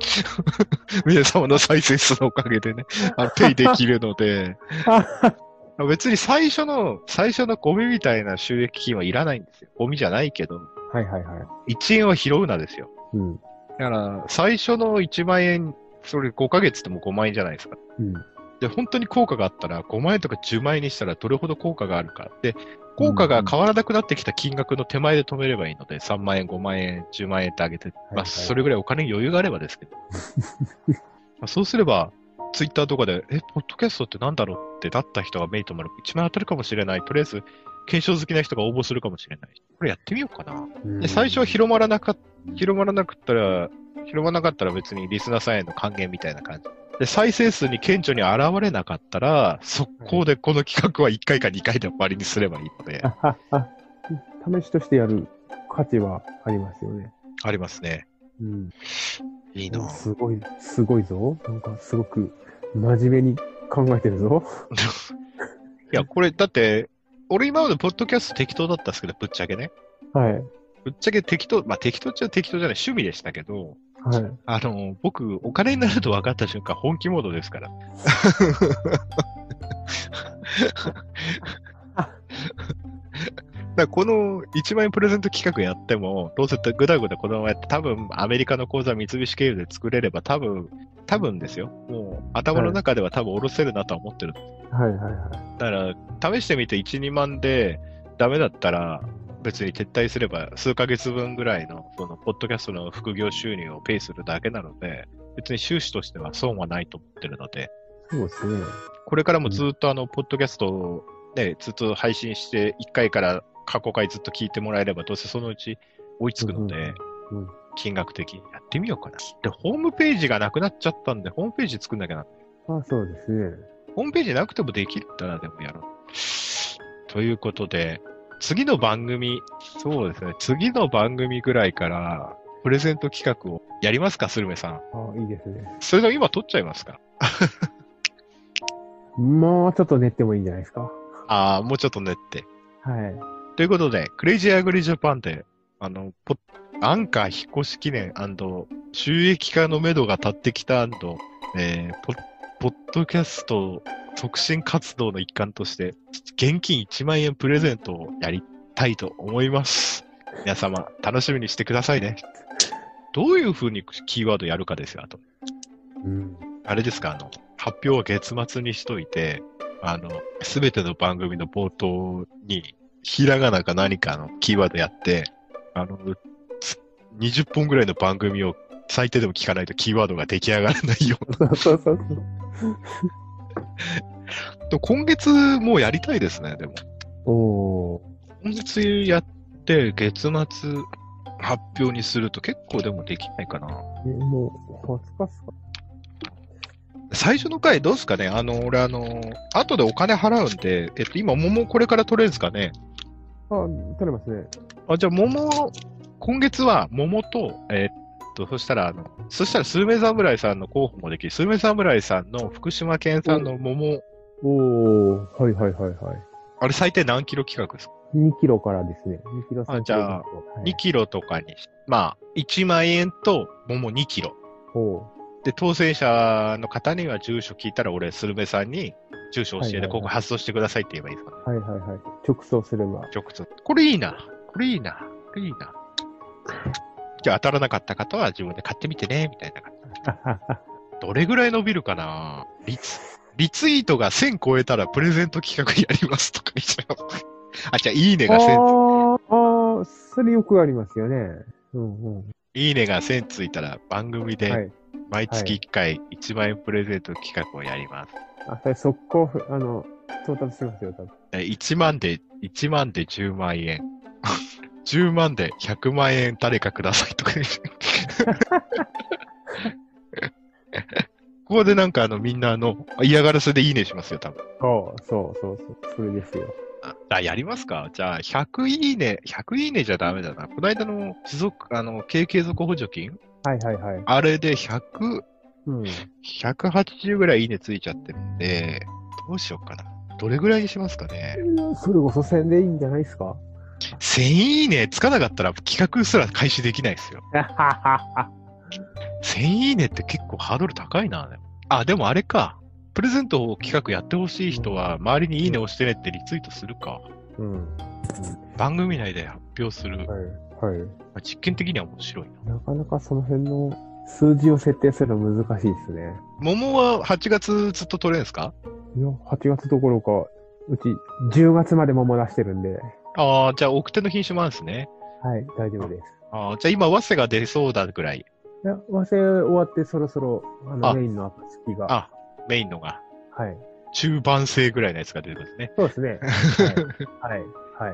A: 皆様の再生数のおかげでね、あのペイできるので、 別に最初の、最初のゴミみたいな収益金はいらないんですよ。ゴミじゃないけど。
B: はいはいはい。
A: いちえんは拾うなですよ。
B: うん。
A: だから、最初のいちまん円、それごかげつでもごまん円じゃないですか。
B: うん。
A: で、本当に効果があったら、ごまん円とかじゅうまん円にしたらどれほど効果があるか。で、効果が変わらなくなってきた金額の手前で止めればいいので、さんまん円、ごまん円、じゅうまん円ってあげて、まあ、それぐらいお金に余裕があればですけど。まあそうすれば、ツイッターとかで、え、ポッドキャストってなんだろうってなった人が目に留まる。一番当たるかもしれない。とりあえず、検証好きな人が応募するかもしれない。これやってみようかな。で、最初は広まらなかった、広まらなかったら、広まらなかったら別にリスナーさんへの還元みたいな感じ。で、再生数に顕著に現れなかったら、速攻でこの企画はいっかいかにかいで終わりにすればいいので。
B: ああ試しとしてやる価値はありますよね。
A: ありますね。
B: うん。
A: いいな。
B: すごい、すごいぞ。なんかすごく真面目に考えてるぞ。
A: いや、これだって、俺今までポッドキャスト適当だったんですけど、ぶっちゃけね。
B: はい。
A: ぶっちゃけ適当、まあ適当っちゃ適当じゃない、趣味でしたけど、
B: はい。
A: あの、僕、お金になると分かった瞬間、本気モードですから。だからこのいちまん円プレゼント企画やっても、どうせぐだぐだこのままやって、多分アメリカの口座三菱経由で作れれば、多分、多分ですよ。もう頭の中では多分下ろせるなとは思ってる。
B: はいはいはい。
A: だから、試してみていち、にまんでダメだったら、別に撤退すれば数ヶ月分ぐらいの、その、ポッドキャストの副業収入をペイするだけなので、別に収支としては損はないと思ってるので、
B: そうですね。
A: これからもずっとあの、ポッドキャストをね、ずっと配信して、いっかいから過去回ずっと聞いてもらえれば、どうせそのうち追いつくので、
B: うんうん、
A: 金額的にやってみようかな。で、ホームページがなくなっちゃったんで、ホームページ作んなきゃな。
B: あ、そうですね。
A: ホームページなくてもできるったらでもやろう。ということで、次の番組、そうですね、次の番組ぐらいから、プレゼント企画をやりますか、スルメさん。
B: あ、いいですね。
A: それでも今撮っちゃいますか
B: もうちょっと練ってもいいんじゃないですか。
A: ああ、もうちょっと練って。
B: はい。
A: ということで、クレイジーアグリジャパンで、あの、ポアンカー引っ越し記念&収益化のめどが立ってきた&、えー、ポポッドキャスト促進活動の一環として、現金いちまん円プレゼントをやりたいと思います。皆様、楽しみにしてくださいね。どういう風にキーワードやるかですよ、あと。
B: うん、
A: あれですか、あの、発表は月末にしといて、あの、すべての番組の冒頭に、ひらがなか何かのキーワードやって、あの、にじゅっぽんぐらいの番組を最低でも聞かないとキーワードが出来上がらないような。
B: そうそうそう。
A: と今月もうやりたいですね、でも。
B: お
A: 今月やって月末発表にすると結構でもできないかな。
B: え、もう、はつかっすか？
A: 最初の回どうすかねあの、俺あの、後でお金払うんで、えっと、今、桃これから取れるんですかね？
B: あ、取れますね。
A: あ、じゃあ、桃、今月は桃と、えー、っと、そしたら、あの、そしたら、スルメ侍さんの候補もできる。スルメ侍さんの福島県産の桃。
B: おおー、はいはいはいはい。
A: あれ、最低何キロ企画ですか？
B: にキロからですね。にキロ、さんキロ。
A: あ、じゃあ、はい、にキロとかに、まあ、いちまん円と桃にキロ。
B: お
A: で、当選者の方には住所聞いたら、俺、スルメさんに住所教えて、ここ発送してくださいって言えばいいですかね。
B: はいはいはい。直送すれば。
A: 直送。これいいな。これいいな。これいいな。じゃあ当たらなかった方は自分で買ってみてね、みたいな感じ。どれぐらい伸びるかな？リツ、リツイートがせん超えたらプレゼント企画やりますとか言っちゃいます。あ、じゃあいいねがせん。
B: ああ、それよくありますよね。うんうん。
A: いいねがせんついたら番組で毎月いっかいいちまん円プレゼント企画をやります。
B: はい、あ、それ速攻、あの、到達しますよ、多分。
A: いちまんで、いちまんでじゅうまん円。じゅうまんでひゃくまん円誰かくださいとかここでなんかあのみんなあの嫌がらせでいいねしますよ、多分。
B: そうそうそうそう。それですよ。
A: あ、やりますか？じゃあ、ひゃくいいね、ひゃくいいねじゃダメだな。この間の持続、あの、経営継続補助金？
B: はいはいはい。
A: あれでひゃく、
B: うん、
A: ひゃくはちじゅうぐらいいいねついちゃってるんで、どうしようかな。どれぐらいにしますかね？
B: それこそせんでいいんじゃないですか？
A: せんいいねつかなかったら企画すら開始できないですよ。せんいいねって結構ハードル高いな。あ、でもあれか。 プレゼントを企画やってほしい人は、周りにいいね押してねってリツイートするか。うん。うん、番組内で発表する。はい。はい。まあ、実験的には面白い
B: な。なかなかその辺の数字を設定するの難しいですね。
A: 桃ははちがつずっと取れるんですか？
B: いや、はちがつどころか、うちじゅうがつまで桃出してるんで。
A: ああ、じゃあ奥手の品種もあるんですね。
B: はい、大丈夫です。
A: ああ、じゃあ今、早稲が出そうだぐらい。
B: いや、早稲終わってそろそろ、あの、あメインの暁が。
A: あ、メインのが。
B: はい。
A: 中盤生ぐらいのやつが出てくるんですね。
B: そうですね。はい。はい。はい。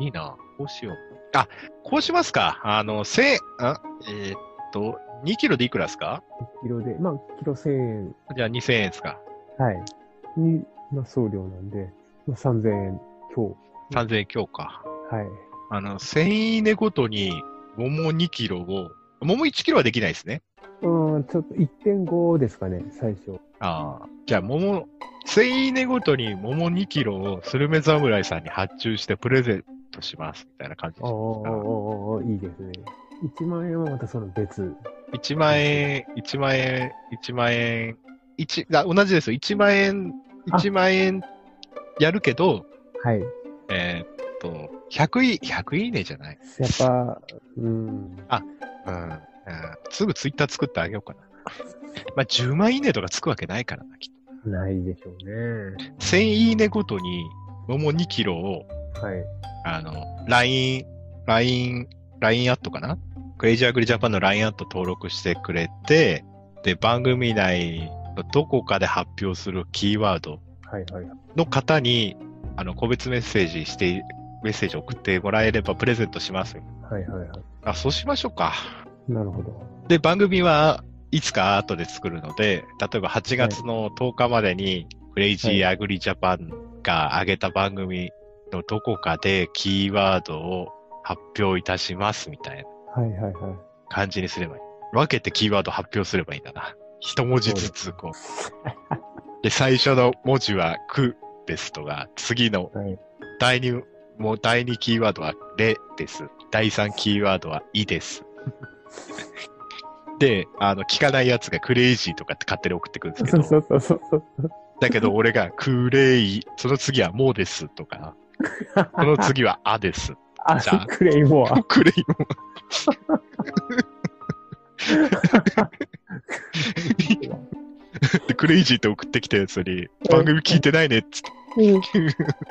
A: いいな。こうしよう。あ、こうしますか。あの、千、あ、えー、っと、にキロでいくらですか？
B: にキロで、まあ、キロせんえん。
A: じゃあにせんえんですか。
B: はい。に、まあ、送料なんで、まあ、さんぜんえん強。
A: さんぜんえん強か。
B: はい。
A: あの、せんいいねごとに、桃にキロを、桃いちキロはできないですね。
B: うん、ちょっと いってんご ですかね、最初。
A: ああ。じゃあ、桃、せんいいねごとに桃にキロをスルメ侍さんに発注してプレゼントします、みたいな感じですか。
B: おー、いいですね。いちまんえんはまたその別。
A: いちまんえん、いちまんえん、いちまんえん、一あ同じですよ。いちまんえん、いちまんえんやるけど、
B: はい。
A: えー、っと、ひゃくいい、ひゃくいいねじゃない。
B: やっぱ、うん。
A: あ、うん、うん。すぐツイッター作ってあげようかな。まあ、じゅうまんいいねとかつくわけないからな、きっ
B: と。ないでしょうね。
A: せんいいねごとに、桃にキロを、
B: はい。
A: あの、ライン、ライン、ラインアットかな？クレイジーアグリジャパンの ライン アット登録してくれて、で、番組内のどこかで発表するキーワードの方に、あの、個別メッセージして、メッセージ送ってもらえればプレゼントしますよ。
B: はいはいはい。
A: あ、そうしましょうか。
B: なるほど。
A: で、番組はいつか後で作るので、例えばはちがつのとおかまでに、クレイジーアグリジャパンが上げた番組のどこかでキーワードを発表いたしますみたいな。
B: はいはいはい。
A: 感じにすればいい。分けてキーワード発表すればいいんだな。一文字ずつこう。で、最初の文字はくですとか、次の第二、もう第二キーワードはれです。第三キーワードはいです。で、あの、聞かないやつがクレイジーとかって勝手に送ってくるんですけど。
B: そうそうそうそう。
A: だけど俺がクレイ、その次はもうですとか、その次はあです。
B: あ、じゃあクレイモア。
A: クレイモア。でクレイジーって送ってきたやつに番組聞いてないねっつって、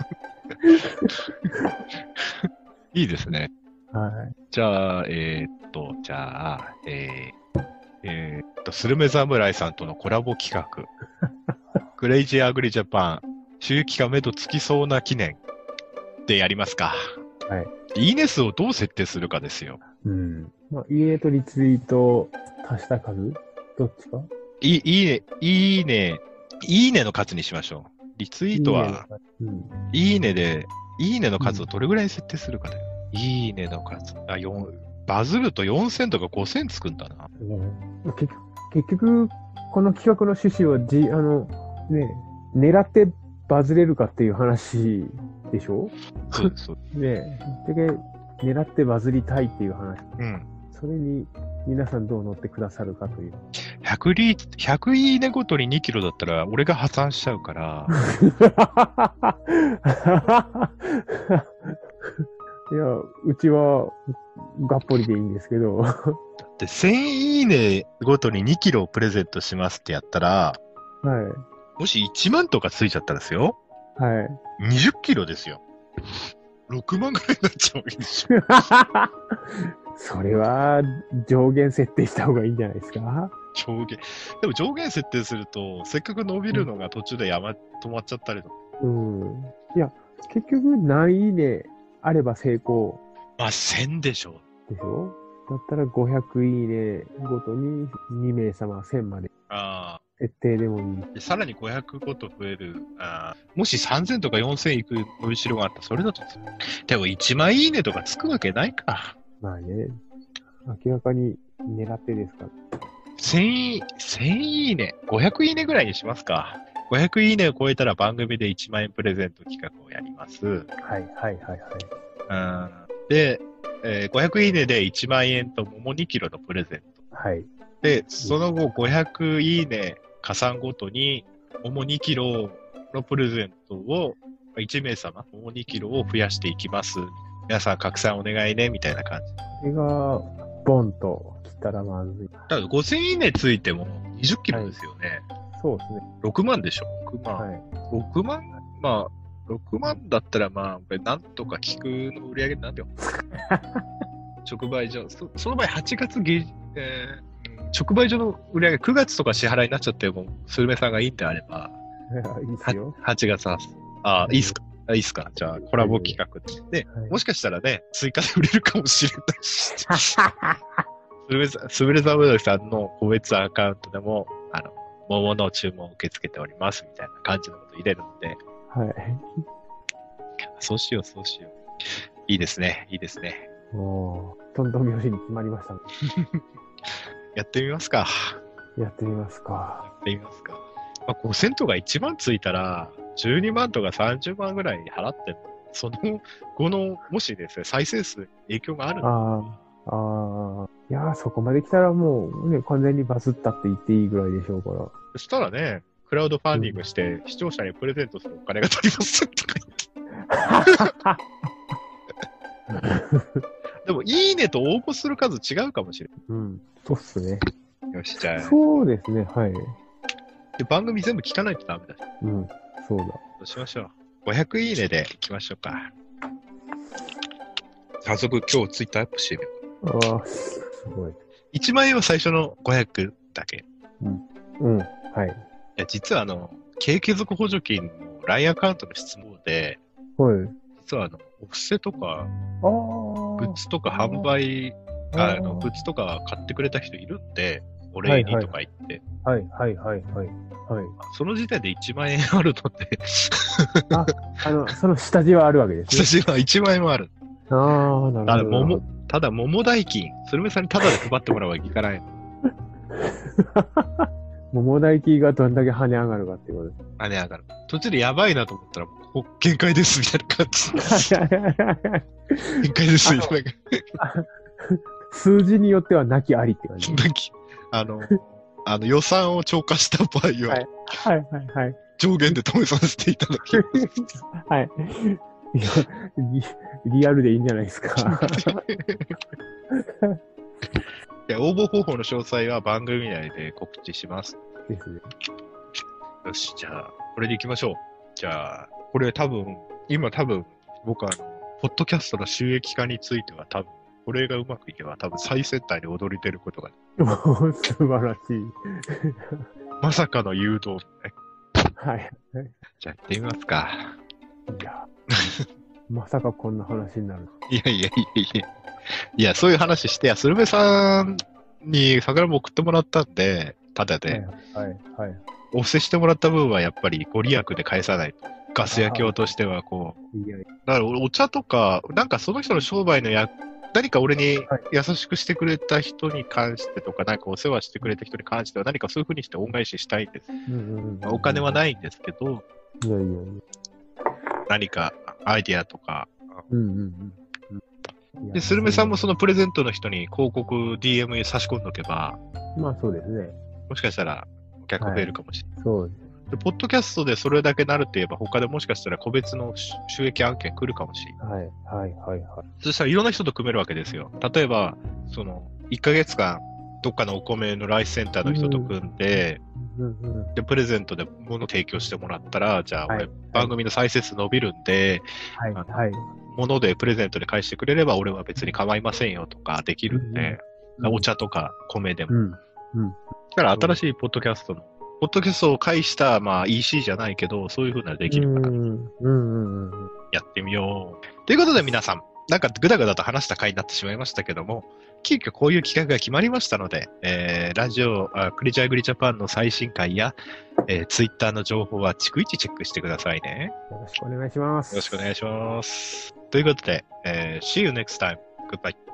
A: いいですね。
B: はい。
A: じゃあ、えー、っと、じゃあ、えー、えー、っと、スルメ侍さんとのコラボ企画。クレイジーアグリジャパン、収益化目処つきそうな記念でやりますか。
B: はい。
A: いいね数をどう設定するかですよ。
B: うん。まあ、いいねとリツイート足した数どっちか
A: いい、いいね、いいね、いいねの数にしましょう。リツイートは、いいねで、いいねの数をどれぐらいに設定するかだよ。いいねの数。あ、よん、バズるとよんせんとかごせんつくんだな。
B: うん、結結局、この企画の趣旨はじ、あの、ね、狙ってバズれるかっていう話でしょ？
A: そうです。
B: ねえ、で狙ってバズりたいっていう話。
A: うん。
B: それに皆さんどう乗ってくださるかという。
A: ひゃくリ、ひゃくいいねごとににキロだったら俺が破産しちゃうから。
B: いや、うちはがっぽりでいいんですけど。だ
A: ってせんいいねごとににキロをプレゼントしますってやったら、
B: はい。
A: もしいちまんとかついちゃったらですよ。
B: はい。
A: にじゅっキロですよ。ろくまんぐらいになっちゃうわけでしょ。
B: それは上限設定した方がいいんじゃないですか？
A: 上限。でも上限設定すると、せっかく伸びるのが途中でやま、止まっちゃったりとか。
B: うん。いや、結局何いいねあれば成功。
A: まあ、せんでしょ。
B: でしょ？だったらごひゃくいいねごとににめいさませんまで。
A: ああ。
B: 設定でもいい。
A: でさらにごひゃくごと増える。あもしさんぜんとかよんせんいく伸びしろがあったら、それだと。でもいちまんいいねとかつくわけないか。
B: まあね。明らかに狙ってですか。
A: せん、せんいいね。ごひゃくいいねぐらいにしますか。ごひゃくいいねを超えたら番組でいちまんえんプレゼント企画をやります。はい
B: はいはいはい。
A: うんで、えー、ごひゃくいいねでいちまんえんと桃にキロのプレゼント。
B: はい。
A: で、その後ごひゃくいいね加算ごとに桃にキロのプレゼントをいち名様、桃にキロを増やしていきます。皆さん拡散お願いね、みたいな感じ。
B: これが、ボンと来たらまずい。
A: だからごせんいいねついてもにじゅっキロですよね。
B: はい、そうですね。
A: ろくまんでしょ ?ろく 万。はい、ろくまんまあ、ろくまんだったらまあ、なんとか聞くの売り上げになるよ。直売所そ。その場合はちがつ下、えー、直売所の売り上げくがつとか支払いになっちゃっても、スルメさんがいいんであれば、
B: いいっすよ。
A: はちがつは、あ、いいっすか。あ、いいっすか。じゃあ、コラボ企画で。で、はい、もしかしたらね、追加で売れるかもしれないし。すべれざむどきさんの個別アカウントでも、あの、桃の注文を受け付けております、みたいな感じのこと入れるんで。
B: はい。
A: そうしよう、そうしよう。いいですね、いいですね。
B: おー、どんどん拍子に決まりましたね。
A: やってみますか。
B: やってみますか。
A: やってみますか。まあ、ごせんとかいちまんついたら、じゅうにまんとかさんじゅうまんぐらい払っても、その後の、もしですね、再生数影響がある
B: ああ、ああ、いやー、そこまで来たらもうね、完全にバズったって言っていいぐらいでしょうから。
A: そしたらね、クラウドファンディングして、うん、視聴者にプレゼントするお金が取りますとか言って。でも、いいねと応募する数違うかもしれない。
B: うん、そうっすね。
A: よし、じゃあ。
B: そうですね、はい。
A: で、番組全部聞かないとダメだし。
B: うん、そうだ。ど
A: うしましょう。ごひゃくいいねでいきましょうか。早速今日ツイッターアップしてみよ
B: う。ああ、すごい。
A: いちまんえんは最初のごひゃくだけ。
B: うん。うん。はい。い
A: や、実はあの、経継続補助金の ライン アカウントの質問で、
B: はい。
A: 実はあの、お布施とか、
B: あ
A: グッズとか販売、あの、グッズとか買ってくれた人いるんで、お礼にとか言って。
B: はいはいはいはい。はい。
A: その時点でいちまんえんあるので
B: あ、あの、その下地はあるわけです
A: ね。下地はいちまんえんもある。
B: ああ、なるほど。
A: ただ、桃、ただ桃代金、スルメさんにタダで配ってもらうわけいかないの。
B: 桃代金がどんだけ跳ね上がるかっていうことです。
A: 跳ね上がる。途中でやばいなと思ったら、ここ限界ですみたいな感じ。限界ですみたいな。
B: 数字によっては泣きありって感じ。
A: 泣き。あの、あの予算を超過した場合は、
B: はい、はいはいはい。
A: 上限で止めさせていただきます。
B: はい。いやリ、リアルでいいんじゃないですか。
A: いや応募方法の詳細は番組内で告知します。
B: ですね。
A: よし、じゃあ、これでいきましょう。じゃあ、これ多分、今多分、僕はあの、ポッドキャストの収益化については多分、これがうまくいけば多分最先端に踊り出ることが。
B: 素晴らしい。
A: まさかの誘導ね。
B: はい。
A: じゃあやってみますか。
B: いや、まさかこんな話になる。
A: いやいやいやいや。いや、そういう話して、スルメさんに桜も送ってもらったんで、ただで。
B: はい、はい、はい。
A: お布施してもらった分はやっぱりご利益で返さないと。ガス焼きとしてはこう。いやいやだからお茶とか、なんかその人の商売のや、何か俺に優しくしてくれた人に関してとか、何かお世話してくれた人に関しては何かそういう風にして恩返ししたいんです。うんうんうん、お金はないんですけど、
B: いやいやいや
A: 何かアイディアとか。
B: うんうん
A: うん、で、スルメさんもそのプレゼントの人に広告 ディーエム に差し込んどけば、
B: まあそうですね。
A: もしかしたらお客増えるかもしれない。
B: はい、そうです。
A: でポッドキャストでそれだけなるって言えば、他でもしかしたら個別の収益案件来るかもしれない。
B: はい、はい、はい、はい。
A: そしたらいろんな人と組めるわけですよ。例えば、その、いっかげつかん、どっかのお米のライスセンターの人と組んで、うんうんうん、で、プレゼントで物提供してもらったら、じゃあ、俺、はい、番組の再生数伸びるんで、
B: はい、はい。
A: 物でプレゼントで返してくれれば、俺は別に構いませんよとかできるんで、うんうん、お茶とか米でも。うんうん、だから新しいポッドキャストの、ポッドキャストを介した、まあ、イーシー じゃないけど、そういう風なできるから、やってみよう。ということで皆さん、なんかぐだぐだと話した回になってしまいましたけども、急遽こういう企画が決まりましたので、えー、ラジオ、クリチャイグリジャパンの最新回や、えー、ツイッターの情報は逐一チェックしてくださいね。
B: よろしくお願いします。
A: よろしくお願いします。ということで、えー、See you next time. Goodbye.